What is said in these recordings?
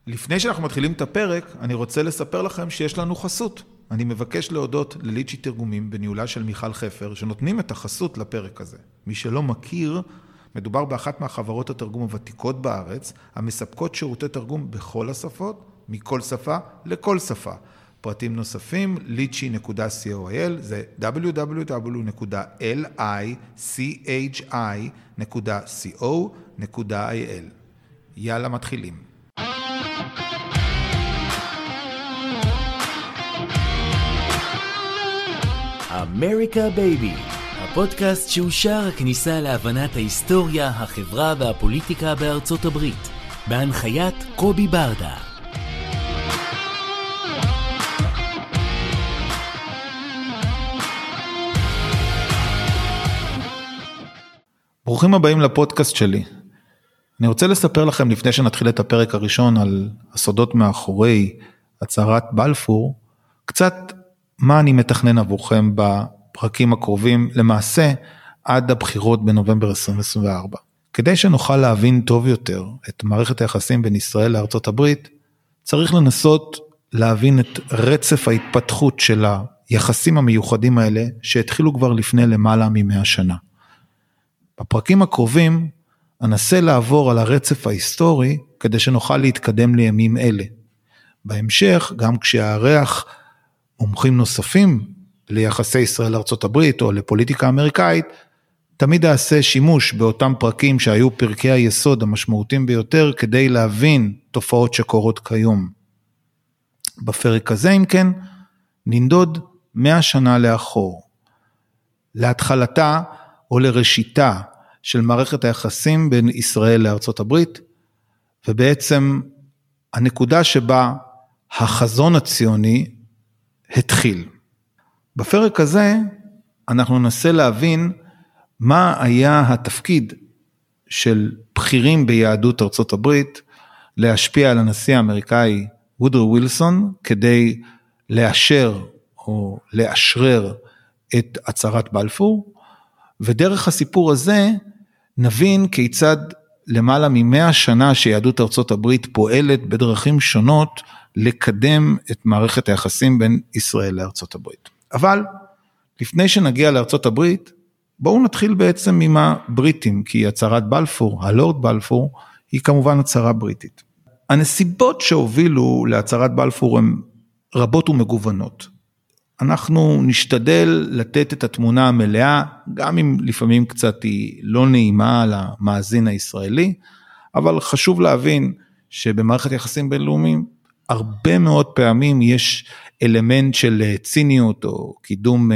לפני שאנחנו מתחילים את הפרק, אני רוצה לספר לכם שיש לנו חסות. אני מבקש להודות לליצ'י תרגומים בניהולה של מיכל חפר, שנותנים את החסות לפרק הזה. מי שלא מכיר, מדובר באחת מהחברות התרגום הוותיקות בארץ, המספקות שירותי תרגום בכל השפות, מכל שפה לכל שפה. פרטים נוספים, litchi.co.il, זה www.lichi.co.il. יאללה, מתחילים. אמריקה בייבי, הפודקאסט שהוא שער הכניסה להבנת ההיסטוריה, החברה והפוליטיקה בארצות הברית, בהנחיית קובי ברדה. ברוכים הבאים לפודקאסט שלי. אני רוצה לספר לכם לפני שנתחיל את הפרק הראשון על הסודות מאחורי הצהרת בלפור, קצת מה אני מתכנן עבורכם בפרקים הקרובים, למעשה עד הבחירות בנובמבר 2024. כדי שנוכל להבין טוב יותר את מערכת היחסים בין ישראל לארצות הברית, צריך לנסות להבין את רצף ההתפתחות של היחסים המיוחדים האלה, שהתחילו כבר לפני למעלה מ100 שנה. בפרקים הקרובים, אנסה לעבור על הרצף ההיסטורי, כדי שנוכל להתקדם לימים אלה. בהמשך, גם כשהארח מומחים נוספים ליחסי ישראל לארצות הברית, או לפוליטיקה אמריקאית, תמיד אעשה שימוש באותם פרקים שהיו פרקי היסוד המשמעותיים ביותר, כדי להבין תופעות שקורות כיום. בפרק הזה, אם כן, ננדוד 100 שנה לאחור. להתחלתה או לראשיתה של מערכת היחסים בין ישראל לארצות הברית, ובעצם הנקודה שבה החזון הציוני התחיל. בפרק הזה אנחנו ננסה להבין מה היה התפקיד של בכירים ביהדות ארצות הברית, להשפיע על הנשיא האמריקאי וודרו ווילסון, כדי לאשר או לאשרר את הצהרת בלפור, ודרך הסיפור הזה נבין כיצד למעלה מ100 שנה שיהדות ארצות הברית פועלת בדרכים שונות לקדם את מערכת היחסים בין ישראל לארצות הברית. אבל לפני שנגיע לארצות הברית, בואו נתחיל בעצם עם הבריטים, כי הצהרת בלפור, הלורד בלפור, היא כמובן הצהרה בריטית. הנסיבות שהובילו להצהרת בלפור הן רבות ומגוונות. אנחנו נשתדל לתת את התמונה המלאה, גם אם לפעמים קצת היא לא נעימה למאזין הישראלי, אבל חשוב להבין שבמערכת יחסים בינלאומיים, הרבה מאוד פעמים יש אלמנט של ציניות, או קידום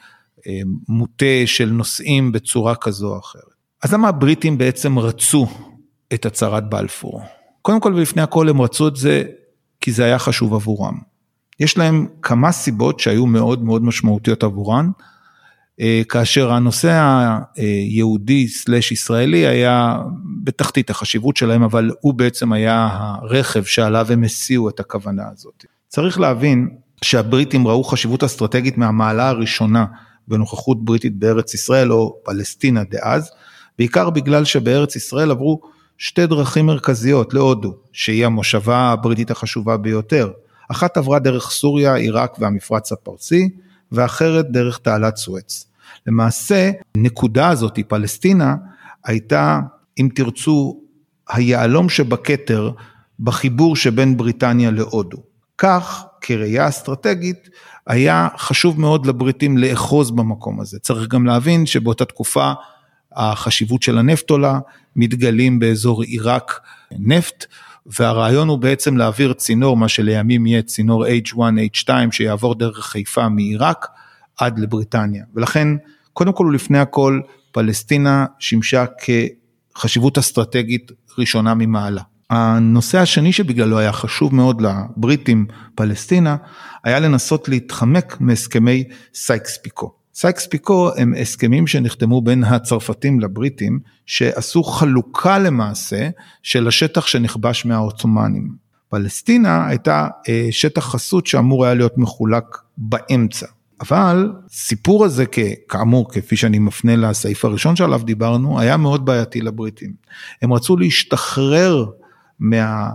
מוטה של נושאים בצורה כזו או אחרת. אז למה הבריטים בעצם רצו את הצהרת בלפור? קודם כל ולפני הכל הם רצו את זה, כי זה היה חשוב עבורם. יש להם כמה סיבות שהיו מאוד מאוד משמעותיות עבורן, כאשר הנושא היהודי סלש ישראלי היה בתחתית החשיבות שלהם, אבל הוא בעצם היה הרכב שעליו הם הסיעו את הכוונה הזאת. צריך להבין שהבריטים ראו חשיבות אסטרטגית מהמעלה הראשונה בנוכחות בריטית בארץ ישראל או פלסטינה דאז, בעיקר בגלל שבארץ ישראל עברו שתי דרכים מרכזיות להודו, שהיא המושבה הבריטית החשובה ביותר. אחת עברה דרך סוריה, עיראק והמפרץ הפרסי, ואחרת דרך תעלת סואץ. למעשה, נקודה הזאת, פלסטינה, הייתה, אם תרצו, היעלום שבכתר, בחיבור שבין בריטניה להודו. כך, כראייה אסטרטגית, היה חשוב מאוד לבריטים לאחוז במקום הזה. צריך גם להבין שבאותה תקופה, החשיבות של הנפט עולה, מתגלים באזור עיראק נפט, והרעיון הוא בעצם להעביר צינור, מה שלימים יהיה צינור H1, H2, שיעבור דרך חיפה מעיראק עד לבריטניה. ולכן, קודם כל ולפני הכל, פלסטינה שימשה כחשיבות אסטרטגית ראשונה ממעלה. הנושא השני שבגללו היה חשוב מאוד לבריטים פלסטינה, היה לנסות להתחמק מהסכמי סייקס-פיקו. סייקס-פיקו הם הסכמים שנחתמו בין הצרפתים לבריטים, שעשו חלוקה למעשה של השטח שנכבש מהעות'מאנים. פלסטינה הייתה שטח חסות שאמור היה להיות מחולק באמצע. אבל סיפור הזה כאמור, כפי שאני מפנה לסעיף הראשון שעליו דיברנו, היה מאוד בעייתי לבריטים. הם רצו להשתחרר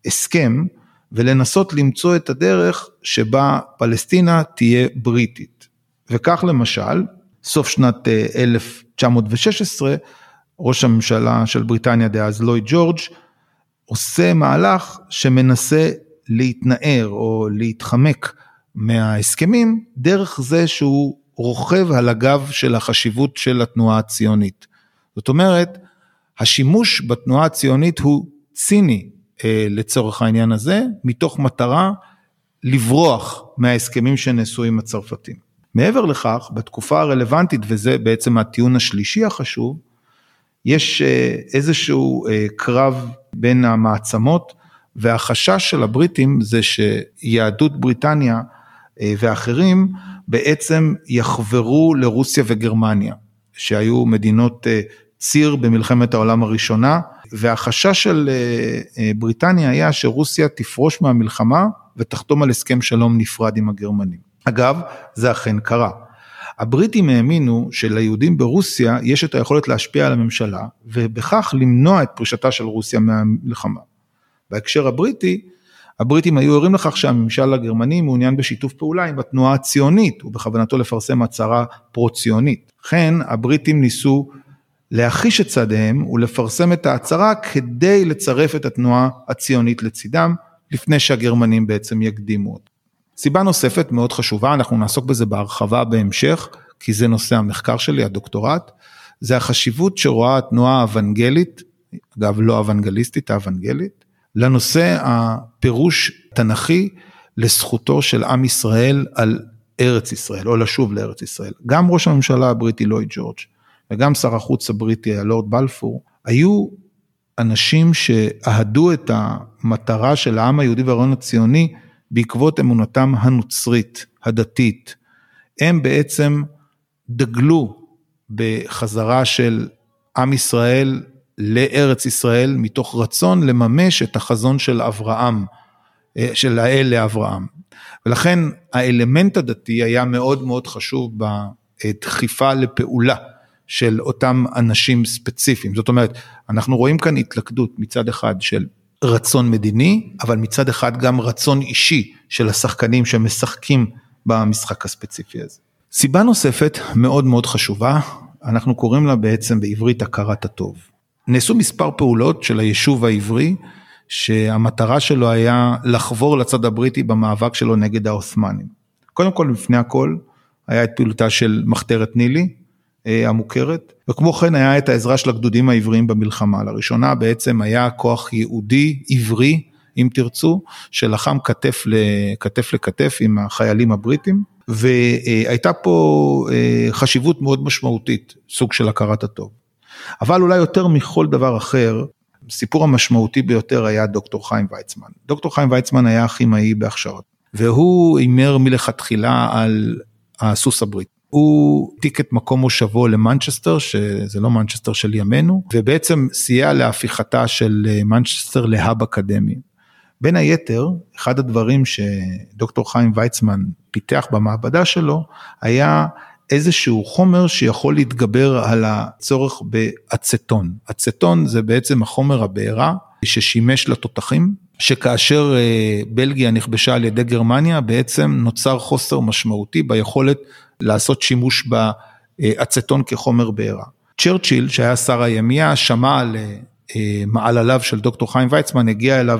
הסכם, ולנסות למצוא את הדרך שבה פלסטינה תהיה בריטית. וכך למשל, סוף שנת 1916, ראש הממשלה של בריטניה דאז לויד ג'ורג' עושה מהלך שמנסה להתנער או להתחמק מההסכמים, דרך זה שהוא רוכב על הגב של החשיבות של התנועה הציונית. זאת אומרת, השימוש בתנועה הציונית הוא ציני לצורך העניין הזה, מתוך מטרה לברוח מההסכמים שנעשו עם הצרפתים. מעבר לכך, בתקופה הרלוונטית, וזה בעצם הטיעון השלישי החשוב, יש איזשהו קרב בין המעצמות, והחשש של הבריטים זה שיהדות בריטניה ואחרים בעצם יחברו לרוסיה וגרמניה, שהיו מדינות ציר במלחמת העולם הראשונה, והחשש של בריטניה היה שרוסיה תפרוש מהמלחמה ותחתום על הסכם שלום נפרד עם הגרמנים. אגב, זה אכן קרה. הבריטים האמינו שליהודים ברוסיה יש את היכולת להשפיע על הממשלה, ובכך למנוע את פרישתה של רוסיה מהמלחמה. בהקשר הבריטי, הבריטים היו ערים לכך שהממשל הגרמני מעוניין בשיתוף פעולה עם התנועה הציונית, ובכוונתו לפרסם הצהרה פרו-ציונית. לכן, הבריטים ניסו להחיש את צעדיהם ולפרסם את ההצהרה כדי לצרף את התנועה הציונית לצידם, לפני שהגרמנים בעצם יקדימו אותה. סיבה נוספת מאוד חשובה, אנחנו נעסוק בזה בהרחבה בהמשך, כי זה נושא המחקר שלי, הדוקטורט, זה החשיבות שרואה התנועה האוונגלית, אגב לא האוונגליסטית, האוונגלית, לנושא הפירוש תנכי לזכותו של עם ישראל על ארץ ישראל, או לשוב לארץ ישראל. גם ראש הממשלה הבריטי לויד ג'ורג' וגם שר החוץ הבריטי הלורד בלפור, היו אנשים שאהדו את המטרה של העם היהודי והרעיון הציוני, בעקבות אמונתם הנוצרית, הדתית. הם בעצם דגלו בחזרה של עם ישראל לארץ ישראל, מתוך רצון לממש את החזון של אברהם, של האל לאברהם. ולכן האלמנט הדתי היה מאוד מאוד חשוב בדחיפה לפעולה של אותם אנשים ספציפיים. זאת אומרת, אנחנו רואים כאן התלכדות מצד אחד של רצון מדיני, אבל מצד אחד גם רצון אישי של השחקנים שמשחקים במשחק הספציפי הזה. סיבה נוספת מאוד מאוד חשובה, אנחנו קוראים לה בעצם בעברית הכרת הטוב. נעשו מספר פעולות של היישוב העברי, שהמטרה שלו היה לחבור לצד הבריטי במאבק שלו נגד העות'מאנים. קודם כל, לפני הכל, היה את פעולתה של מחתרת נילי, המוכרת, וכמו כן היה את העזרה של הגדודים העבריים במלחמה. לראשונה בעצם היה כוח יהודי עברי, אם תרצו, שלחם כתף לכתף עם החיילים הבריטים, והייתה פה חשיבות מאוד משמעותית, סוג של הכרת הטוב. אבל אולי יותר מכל דבר אחר, סיפור המשמעותי ביותר היה דוקטור חיים ויצמן. דוקטור חיים ויצמן היה כימאי בהכשרת, והוא הימר מלכתחילה על הסוס הבריטי. הוא העתיק את מקום מושבו למנצ'סטר, שזה לא מנצ'סטר של ימינו, ובעצם סייע להפיכתה של מנצ'סטר להאב אקדמי. בין היתר, אחד הדברים שדוקטור חיים ויצמן פיתח במעבדה שלו, היה איזשהו חומר שיכול להתגבר על הצורך באצטון. אצטון זה בעצם החומר הבעירה ששימש לתותחים, שכאשר בלגיה נכבשה על ידי גרמניה, בעצם נוצר חוסר משמעותי ביכולת לעשות שימוש באצטון כחומר בעירה. צ'רצ'יל, שהיה שר הימייה, שמע על מעלליו של דוקטור חיים ויצמן, הגיע אליו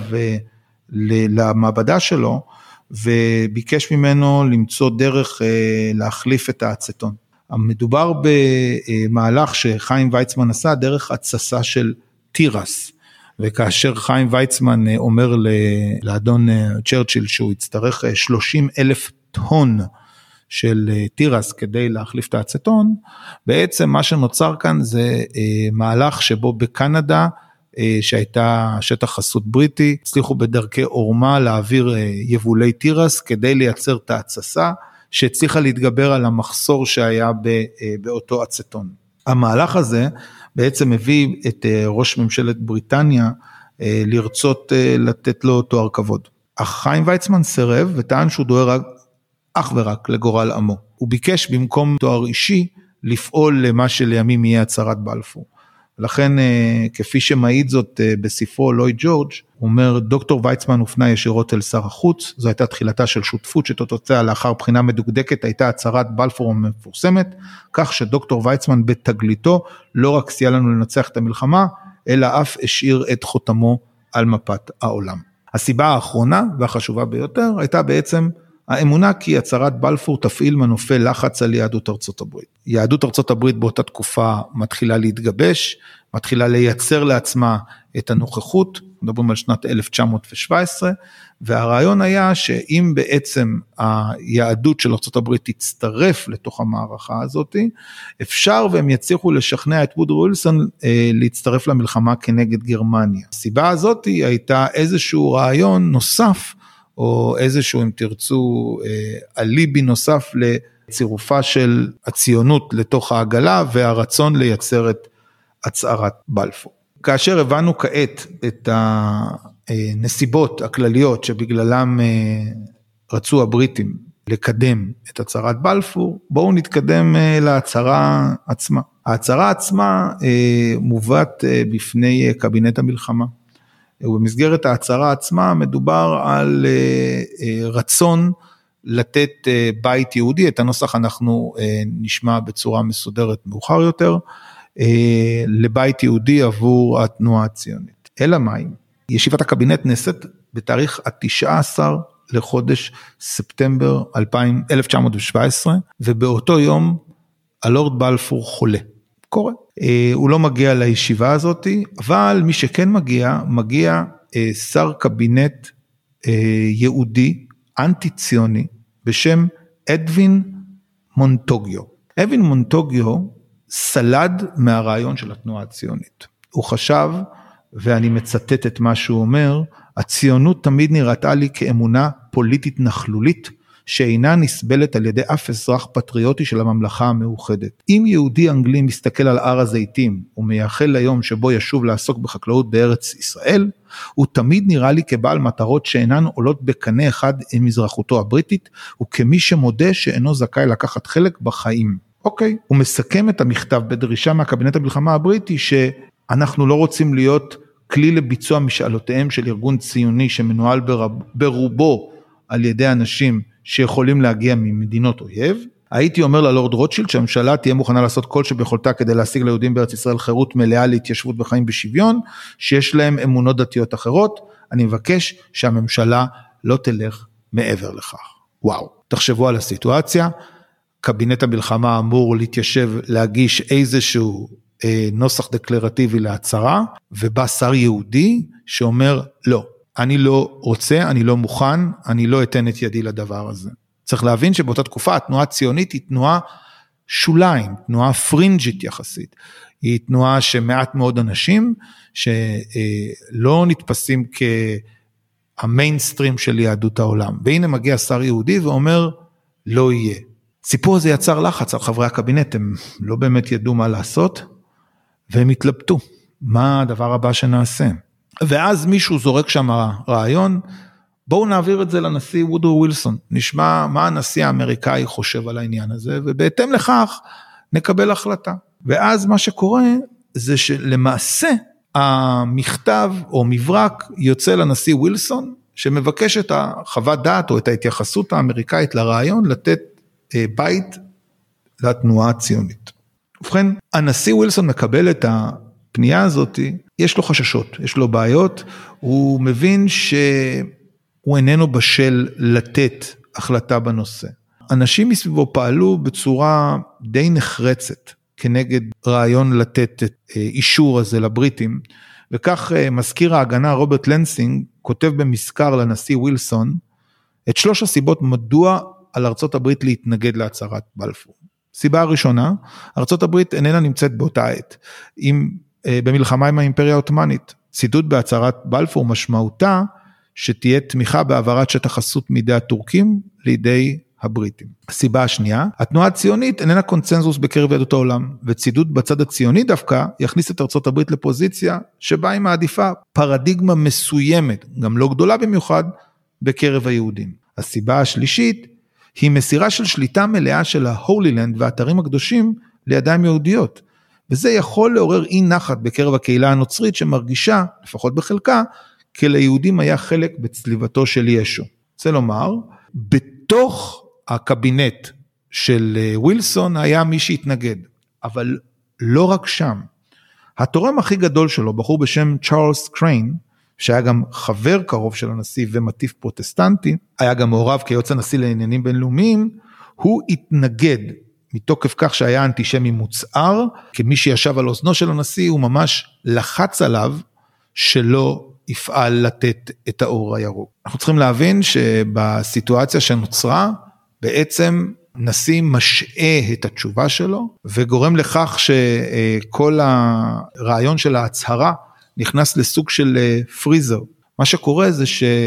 למעבדה שלו, וביקש ממנו למצוא דרך להחליף את האצטון. מדובר במהלך שחיים ויצמן עשה דרך התססה של תירס, וכאשר חיים ויצמן אומר לאדון צ'רצ'יל שהוא יצטרך 30,000 טון של תירס כדי להחליף את האצטון, בעצם מה שנוצר כאן זה מהלך שבו בקנדה, שהייתה שטח חסות בריטי, הצליחו בדרכי אורמה להעביר יבולי תירס, כדי לייצר את ההתססה, שהצליחה להתגבר על המחסור שהיה באותו אצטון. המהלך הזה בעצם הביא את ראש ממשלת בריטניה, לרצות לתת לו תואר כבוד. אך חיים ויצמן סירב, וטען שהוא דואג אך ורק לגורל עמו. הוא ביקש במקום תואר אישי, לפעול למה שלימים יהיה הצהרת בלפור. לכן כפי שמעיד זאת בספרו לויד ג'ורג', הוא אומר, דוקטור ויצמן הופנה ישירות אל שר החוץ, זו הייתה תחילתה של שותפות שתוצאה לאחר בחינה מדוקדקת, הייתה הצהרת בלפור המפורסמת, כך שדוקטור ויצמן בתגליתו לא רק סייע לנו לנצח את המלחמה, אלא אף השאיר את חותמו על מפת העולם. הסיבה האחרונה והחשובה ביותר הייתה בעצם האמונה כי הצהרת בלפור תפעיל מנופי לחץ על יהדות ארצות הברית. יהדות ארצות הברית באותה תקופה מתחילה להתגבש, מתחילה לייצר לעצמה את הנוכחות, מדברים על שנת 1917, והרעיון היה שאם בעצם היהדות של ארצות הברית תצטרף לתוך המערכה הזאת, אפשר והם יצליחו לשכנע את וודרו ווילסון להצטרף למלחמה כנגד גרמניה. הסיבה הזאת הייתה איזשהו רעיון נוסף, או איזשהו, אם תרצו, אליבי נוסף לצירופה של הציונות לתוך העגלה, והרצון לייצר את הצהרת בלפור. כאשר הבנו כעת את הנסיבות הכלליות שבגללם רצו הבריטים לקדם את הצהרת בלפור, בואו נתקדם להצהרה עצמה. ההצהרה עצמה מובאת בפני קבינט המלחמה. ובמסגרת ההצהרה עצמה מדובר על רצון לתת בית יהודי, את הנוסח אנחנו נשמע בצורה מסודרת מאוחר יותר, לבית יהודי עבור התנועה הציונית. אלא מאי, ישיבת הקבינט נעשית בתאריך ה-19 לחודש ספטמבר 1917, ובאותו יום הלורד בלפור חולה. קורה. הוא לא מגיע לישיבה הזאת, אבל מי שכן מגיע שר קבינט יהודי, אנטי ציוני, בשם אדווין מונטוגיו. אדווין מונטוגיו סלד מהרעיון של התנועה הציונית. הוא חשב, ואני מצטט את מה שהוא אומר, הציונות תמיד נראתה לי כאמונה פוליטית נכלולית, שאינה נסבלת על ידי אף אזרח פטריוטי של הממלכה המאוחדת. אם יהודי אנגלי מסתכל על הר הזיתים, ומייחל ליום שבו ישוב לעסוק בחקלאות בארץ ישראל, הוא תמיד נראה לי כבעל מטרות שאינן עולות בקנה אחד עם אזרחותו הבריטית, וכמי שמודה שאינו זכאי לקחת חלק בחיים. אוקיי, הוא מסכם את המכתב בדרישה מהקבינט המלחמה הבריטי, שאנחנו לא רוצים להיות כלי לביצוע משאלותיהם של ארגון ציוני, שמנוהל ברובו על ידי אנשים שיכולים להגיע ממדינות אויב. הייתי אומר ללורד רוטשילד שהממשלה תהיה מוכנה לעשות כל שביכולתה כדי להשיג ליהודים בארץ ישראל חירות מלאה להתיישבות וחיים בשוויון, שיש להם אמונות דתיות אחרות. אני מבקש שהממשלה לא תלך מעבר לכך. וואו, תחשבו על הסיטואציה, קבינט המלחמה אמור להתיישב, להגיש איזשהו נוסח דקלרטיבי להצהרה, ובא שר יהודי שאומר לא. אני לא רוצה, אני לא מוכן, אני לא אתן את ידי לדבר הזה. צריך להבין שבאותה תקופה התנועה הציונית היא תנועה שוליים, תנועה פרינג'ית יחסית. היא תנועה שמעט מאוד אנשים שלא נתפסים כהמיינסטרים של יהדות העולם. והנה מגיע שר יהודי ואומר לא יהיה. סיפור הזה יצר לחץ על חברי הקבינט, הם לא באמת ידעו מה לעשות, והם התלבטו. מה הדבר הבא שנעשה? ואז מישהו זורק שם רעיון, בואו נעביר את זה לנשיא וודרו ווילסון, נשמע מה הנשיא האמריקאי חושב על העניין הזה, ובהתאם לכך נקבל החלטה. ואז מה שקורה זה שלמעשה המכתב או מברק יוצא לנשיא ווילסון, שמבקש את החוות דעת או את ההתייחסות האמריקאית לרעיון, לתת בית לתנועה הציונית. ובכן, הנשיא ווילסון מקבל את הפנייה הזאת, יש לו חששות, יש לו בעיות, הוא מבין שהוא איננו בשל לתת החלטה בנושא. אנשים מסביבו פעלו בצורה די נחרצת, כנגד רעיון לתת את אישור הזה לבריטים, וכך מזכיר ההגנה רוברט לנסינג, כותב במזכר לנשיא ווילסון, את 3 הסיבות מדוע על ארצות הברית להתנגד להצהרת בלפור. סיבה הראשונה, ארצות הברית איננה נמצאת באותה עת, במלחמה עם האימפריה העות'מאנית, צידוד בהצהרת בלפור משמעותה, שתהיה תמיכה בהעברת שטח חסות מידי הטורקים לידי הבריטים. הסיבה השנייה, התנועה הציונית איננה קונצנזוס בקרב יהדות העולם, וצידוד בצד הציוני דווקא יכניס את ארצות הברית לפוזיציה, שבה היא מעדיפה פרדיגמה מסוימת, גם לא גדולה במיוחד, בקרב היהודים. הסיבה השלישית, היא מסירה של שליטה מלאה של ההולילנד והאתרים הקדושים לידיים יהודיות, וזה יכול לעורר אי נחת בקרב הקהילה הנוצרית שמרגישה, לפחות בחלקה, כי ליהודים היה חלק בצליבתו של ישו. רוצה לומר, בתוך הקבינט של ווילסון היה מי שהתנגד, אבל לא רק שם. התורם הכי גדול שלו, בחור בשם צ'ארלס קריין, שהיה גם חבר קרוב של הנשיא ומטיף פרוטסטנטי, היה גם מעורב כיועץ הנשיא לעניינים בינלאומיים, הוא התנגד מתוקף כך שהיה אנטישמי מוצהר, כמי שישב על אוזנו של הנשיא, הוא ממש לחץ עליו שלא יפעל לתת את האור הירוק. אנחנו צריכים להבין שבסיטואציה שנוצרה, בעצם נשיא משעה את התשובה שלו, וגורם לכך שכל הרעיון של ההצהרה, נכנס לסוג של פריזר. מה שקורה זה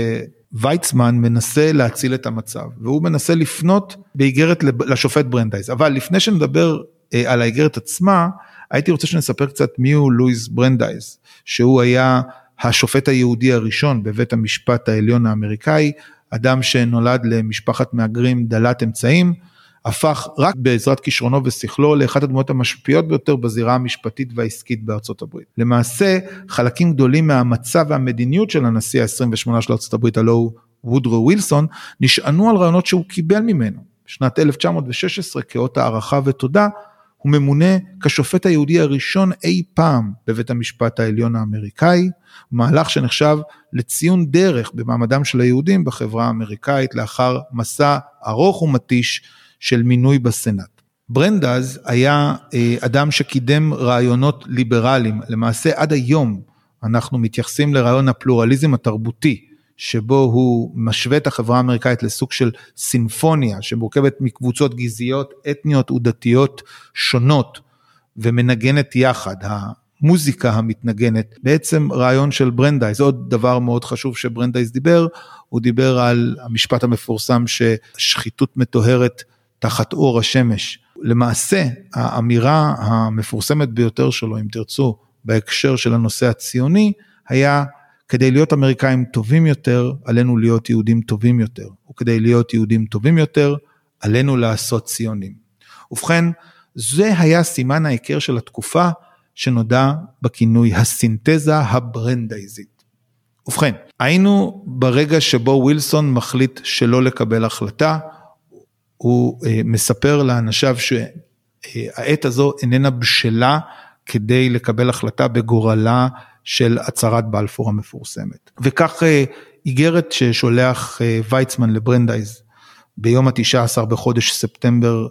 שוויצמן מנסה להציל את המצב, והוא מנסה לפנות באיגרת לשופט ברנדייס, אבל לפני שנדבר על האיגרת עצמה, הייתי רוצה שנספר קצת מיהו לואיס ברנדייס, שהוא היה השופט היהודי הראשון בבית המשפט העליון האמריקאי, אדם שנולד למשפחת מהגרים דלת אמצעים, הפך רק בעזרת כישרונו ושכלו לאחת הדמויות המשפיעות ביותר בזירה המשפטית והעסקית בארצות הברית. למעשה, חלקים גדולים מהמצב והמדיניות של הנשיא ה-28 של ארצות הברית, הלוא הוא וודרו ווילסון, נשענו על רעיונות שהוא קיבל ממנו. בשנת 1916, כאות הערכה ותודה, הוא ממונה כשופט היהודי הראשון אי פעם בבית המשפט העליון האמריקאי, מהלך שנחשב לציון דרך במעמדם של היהודים בחברה האמריקאית, לאחר מסע ארוך ומתיש של מינוי בסנאט. ברנדייס היה אדם שקידם רעיונות ליברליים, למעשה עד היום אנחנו מתייחסים לרעיון הפלורליזם התרבותי, שבו הוא משווה את החברה האמריקאית לסוג של סינפוניה, שמורכבת מקבוצות גזעיות, אתניות ודתיות שונות, ומנגנת יחד, המוזיקה המתנגנת, בעצם רעיון של ברנדייס. עוד דבר מאוד חשוב שברנדייס דיבר, הוא דיבר על המשפט המפורסם ששחיתות מטוהרת תחת אור השמש. למעשה, האמירה המפורסמת ביותר שלו, אם תרצו, בהקשר של הנושא הציוני, היה כדי להיות אמריקאים טובים יותר, עלינו להיות יהודים טובים יותר, וכדי להיות יהודים טובים יותר, עלינו לעשות ציונים. ובכן, זה היה סימן העיקר של התקופה, שנודע בכינוי הסינתזה הברנדייזית. ובכן, היינו ברגע שבו ווילסון מחליט שלא לקבל החלטה, הוא מספר לאנשיו שהעת הזו איננה בשלה, כדי לקבל החלטה בגורלה של הצהרת בלפור המפורסמת. וכך איגרת ששולח ויצמן לברנדייס ביום ה-19 בחודש ספטמבר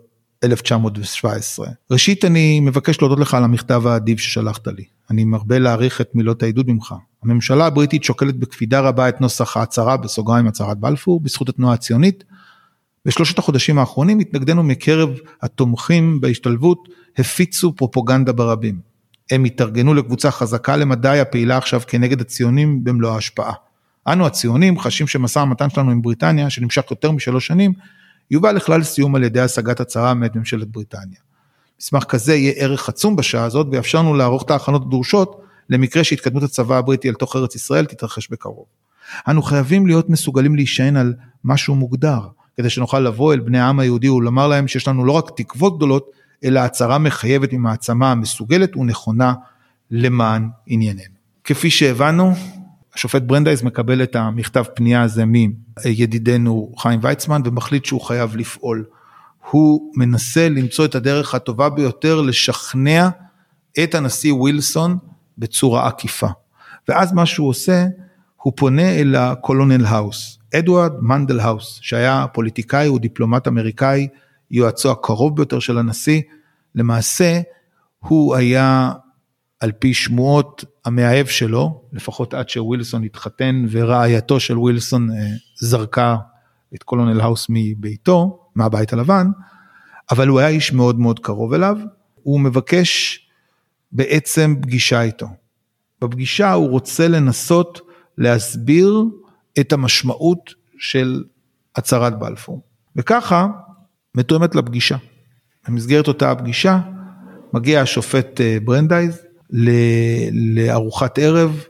1917. ראשית אני מבקש להודות לך על המכתב האדיב ששלחת לי. אני מרבה להעריך את מילות העידוד ממך. הממשלה הבריטית שוקלת בקפידה רבה את נוסח ההצהרה בסוגריים הצהרת בלפור, בזכות התנועה הציונית. בשלושת החודשים האחרונים התנגדנו מקרב התומכים בהשתלבות, הפיצו פרופוגנדה ברבים. הם התארגנו לקבוצה חזקה למדי הפעילה עכשיו כנגד הציונים במלוא ההשפעה. אנו הציונים חשים שמסע המתן שלנו עם בריטניה, שנמשך יותר מ3 שנים, יובא לכלל סיום על ידי השגת הצהרה מאת ממשלת בריטניה. מסמך כזה יהיה ערך עצום בשעה הזאת, ויאפשרנו לערוך את ההכנות הדרושות, למקרה שהתקדמות הצבא הבריטי אל תוך ארץ ישראל תתרחש בקרוב. אנו חייבים להיות מסוגלים להישען על משהו מוגדר, כדי שנוכל לבוא אל בני העם היהודי ולומר להם שיש לנו לא רק תקוות גדולות, אלא הצהרה מחייבת עם העצמה המסוגלת ונכונה למען ענייננו. כפי שהבנו, השופט ברנדייס מקבל את המכתב פנייה הזה מידידנו חיים ויצמן, ומחליט שהוא חייב לפעול. הוא מנסה למצוא את הדרך הטובה ביותר לשכנע את הנשיא ווילסון בצורה עקיפה. ואז מה שהוא עושה, הוא פונה אל הקולונל האוס, אדוארד מנדל האוס, שהיה פוליטיקאי ודיפלומט אמריקאי, יועצו הקרוב ביותר של הנשיא. למעשה הוא היה על פי שמועות המאהב שלו, לפחות עד שווילסון התחתן, ורעייתו של ווילסון זרקה את קולונל האוס מביתו, מהבית הלבן, אבל הוא היה איש מאוד מאוד קרוב אליו. הוא מבקש בעצם פגישה איתו. בפגישה הוא רוצה לנסות להסביר את המשמעות של הצהרת בלפור. וככה מתואמת לפגישה. במסגרת אותה הפגישה, מגיע השופט ברנדייס לארוחת ערב,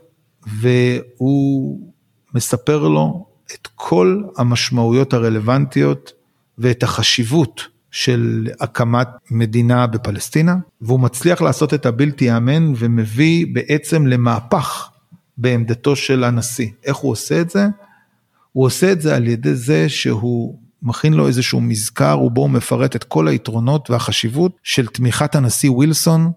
והוא מספר לו את כל המשמעויות הרלוונטיות, ואת החשיבות של הקמת מדינה בפלסטינה, והוא מצליח לעשות את הבלתי יאמן, ומביא בעצם למהפך בעמדתו של הנשיא. איך הוא עושה את זה? הוא עושה את זה על ידי זה שהוא מכין לו איזשהו מזכר, ובו הוא מפרט את כל היתרונות והחשיבות של תמיכת הנשיא ווילסון,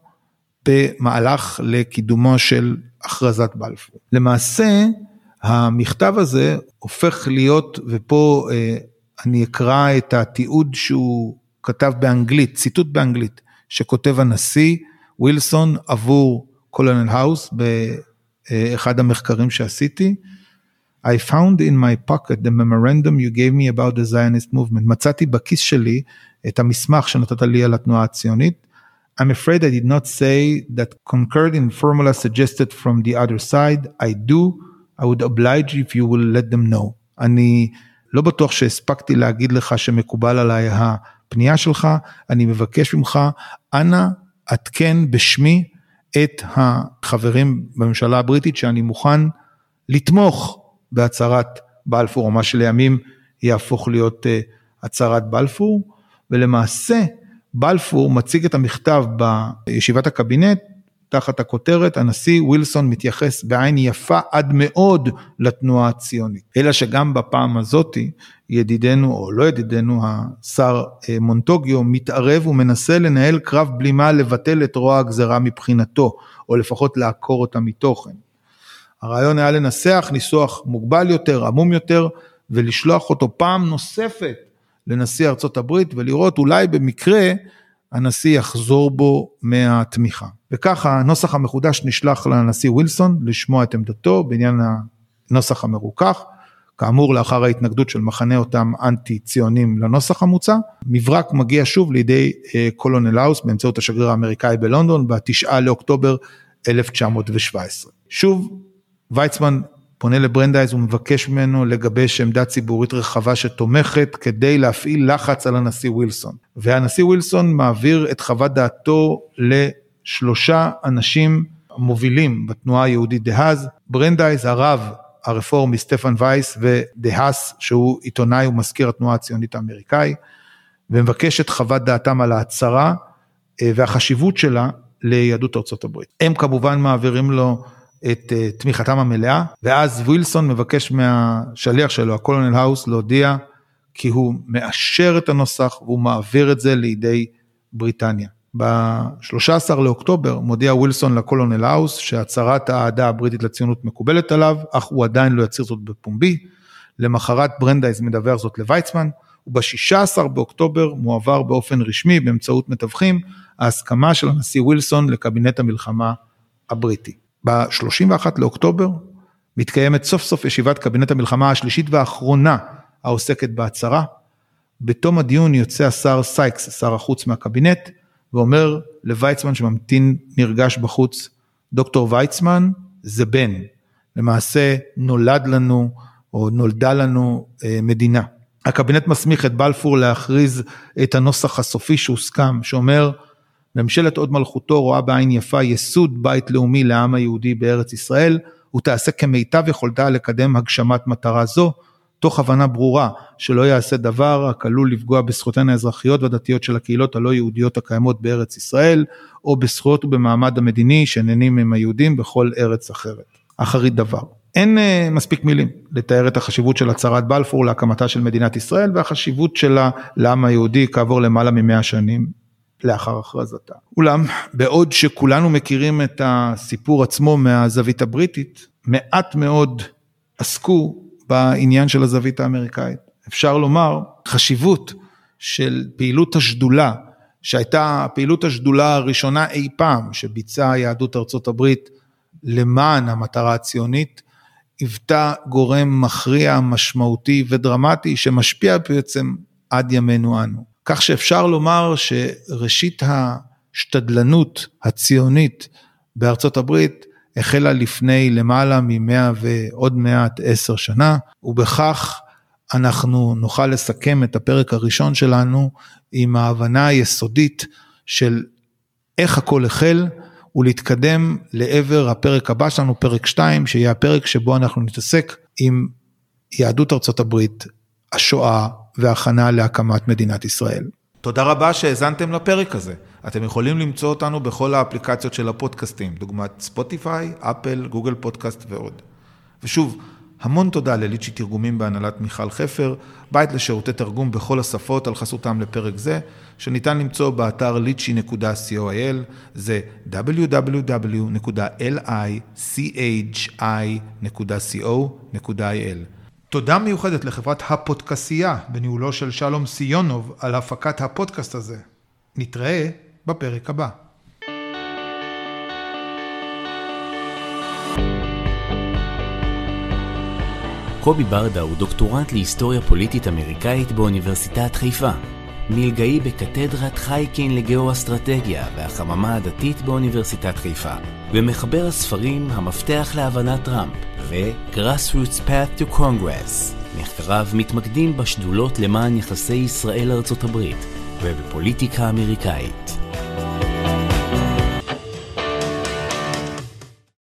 במהלך לקידומו של הכרזת בלפור. למעשה, המכתב הזה הופך להיות, ופה אני אקרא את התיעוד שהוא כתב באנגלית, ציטוט באנגלית, שכותב הנשיא ווילסון עבור קולונל האוס, באחד המחקרים שעשיתי, I found in my pocket the memorandum you gave me about the Zionist movement. מצאתי בכיס שלי את המסמך שנתת לי על התנועה הציונית. I'm afraid I did not say that concurred in formula suggested from the other side. I do. I would oblige if you will let them know. אני לא בטוח שהספקתי להגיד לך שמקובל עליי הפנייה שלך. אני מבקש ממך, אנא עדכן בשמי את החברים בממשלה הבריטית שאני מוכן לתמוך בהצהרת בלפור, או מה שלימים יהפוך להיות הצהרת בלפור, ולמעשה בלפור מציג את המכתב בישיבת הקבינט, תחת הכותרת, הנשיא ווילסון מתייחס בעין יפה עד מאוד לתנועה הציונית. אלא שגם בפעם הזאת, ידידנו או לא ידידנו, השר מונטוגיו מתערב ומנסה לנהל קרב בלימה לבטל את רוע הגזרה מבחינתו, או לפחות לעקור אותה מתוכן. הרעיון היה לנסח ניסוח מוגבל יותר, עמום יותר, ולשלוח אותו פעם נוספת לנשיא ארצות הברית, ולראות אולי במקרה הנשיא יחזור בו מהתמיכה. וככה הנוסח המחודש נשלח לנשיא ווילסון, לשמוע את עמדתו בעניין הנוסח המרוכך, כאמור לאחר ההתנגדות של מחנה אותם אנטי ציונים לנוסח המוצע, מברק מגיע שוב לידי קולונל האוס, באמצעות השגריר האמריקאי בלונדון, ב9 לאוקטובר 1917. שוב, ויצמן פונה לברנדייס ומבקש ממנו לגבש עמדה ציבורית רחבה שתומכת כדי להפעיל לחץ על הנשיא ווילסון. והנשיא ווילסון מעביר את חוות דעתו לשלושה אנשים מובילים בתנועה היהודית דאז, ברנדייס, הרב הרפורמי סטפן וייס ודהס שהוא עיתונאי ומזכיר התנועה הציונית האמריקאי, ומבקש את חוות דעתם על ההצהרה והחשיבות שלה ליהדות ארצות הברית. הם כמובן מעבירים לו את תמיכתם המלאה, ואז ווילסון מבקש מהשליח שלו, הקולונל האוס, להודיע כי הוא מאשר את הנוסח, והוא מעביר את זה לידי בריטניה. ב-13 לאוקטובר מודיע ווילסון לקולונל האוס, שהצהרת האהדה הבריטית לציונות מקובלת עליו, אך הוא עדיין לא יצהיר זאת בפומבי. למחרת ברנדייס מדווח זאת לויצמן, וב-16 באוקטובר מועבר באופן רשמי, באמצעות מתווכים, ההסכמה של הנשיא ווילסון לקבינט המלחמה הבריטי. ב-31 לאוקטובר מתקיימת סוף סוף ישיבת קבינט המלחמה השלישית והאחרונה העוסקת בהצהרה. בתום הדיון יוצא השר סייקס, שר החוץ מהקבינט, ואומר לויצמן שממתין נרגש בחוץ, דוקטור ויצמן זה בן, למעשה נולד לנו או נולדה לנו מדינה. הקבינט מסמיך את בלפור להכריז את הנוסח הסופי שהוסכם, שאומר, ממשלת עוד מלכותו רואה בעין יפה יסוד בית לאומי לעם היהודי בארץ ישראל, ותעשה כמיטב יכולתה לקדם הגשמת מטרה זו, תוך הבנה ברורה שלא יעשה דבר הכלול לפגוע בזכויותיהן האזרחיות והדתיות של הקהילות הלא יהודיות הקיימות בארץ ישראל, או בזכויות ובמעמד המדיני שנהנים עם היהודים בכל ארץ אחרת. אחרית דבר. אין מספיק מילים לתאר את החשיבות של הצהרת בלפור להקמתה של מדינת ישראל, והחשיבות שלה לעם היהודי כעבור למעלה מ100 שנים לאחר הכרזתה. אולם, בעוד שכולנו מכירים את הסיפור עצמו מהזווית הבריטית, מעט מאוד עסקו בעניין של הזווית האמריקאית. אפשר לומר, חשיבות של פעילות השדולה, שהייתה פעילות השדולה הראשונה אי פעם, שביצעה יהדות ארצות הברית למען המטרה הציונית, היוותה גורם מכריע, משמעותי ודרמטי, שמשפיע בעצם עד ימינו אנו. כך שאפשר לומר שראשית השתדלנות הציונית בארצות הברית, החלה לפני למעלה ועוד 110 שנה, ובכך אנחנו נוכל לסכם את הפרק הראשון שלנו, עם ההבנה היסודית של איך הכל החל, ולהתקדם לעבר הפרק הבא שלנו, פרק 2, שיהיה הפרק שבו אנחנו נתעסק עם יהדות ארצות הברית, השואה וההכנה להקמת מדינת ישראל. תודה רבה שהאזנתם לפרק הזה. אתם יכולים למצוא אותנו בכל האפליקציות של הפודקאסטים, דוגמת ספוטיפיי, אפל, גוגל פודקאסט ועוד. ושוב, המון תודה לליצ'י תרגומים בהנהלת מיכל חפר, בית לשירותי תרגום בכל השפות על חסותם לפרק זה, שניתן למצוא באתר litchi.co.il, זה www.lichi.co.il. תודה מיוחדת לחברת הפודקאסייה בניהולו של שלום סיונוב על הפקת הפודקאסט הזה. נתראה בפרק הבא. קובי ברדה הוא דוקטורנט להיסטוריה פוליטית אמריקאית באוניברסיטת חיפה. מלגאי בקתדרת חייקין לגאו-אסטרטגיה והחממה הדתית באוניברסיטת חיפה. ומחבר הספרים המפתח להבנת טראמפ ו-Grassroots Path to Congress. מחקריו מתמקדים בשדולות למען יחסי ישראל-ארצות הברית ובפוליטיקה אמריקאית.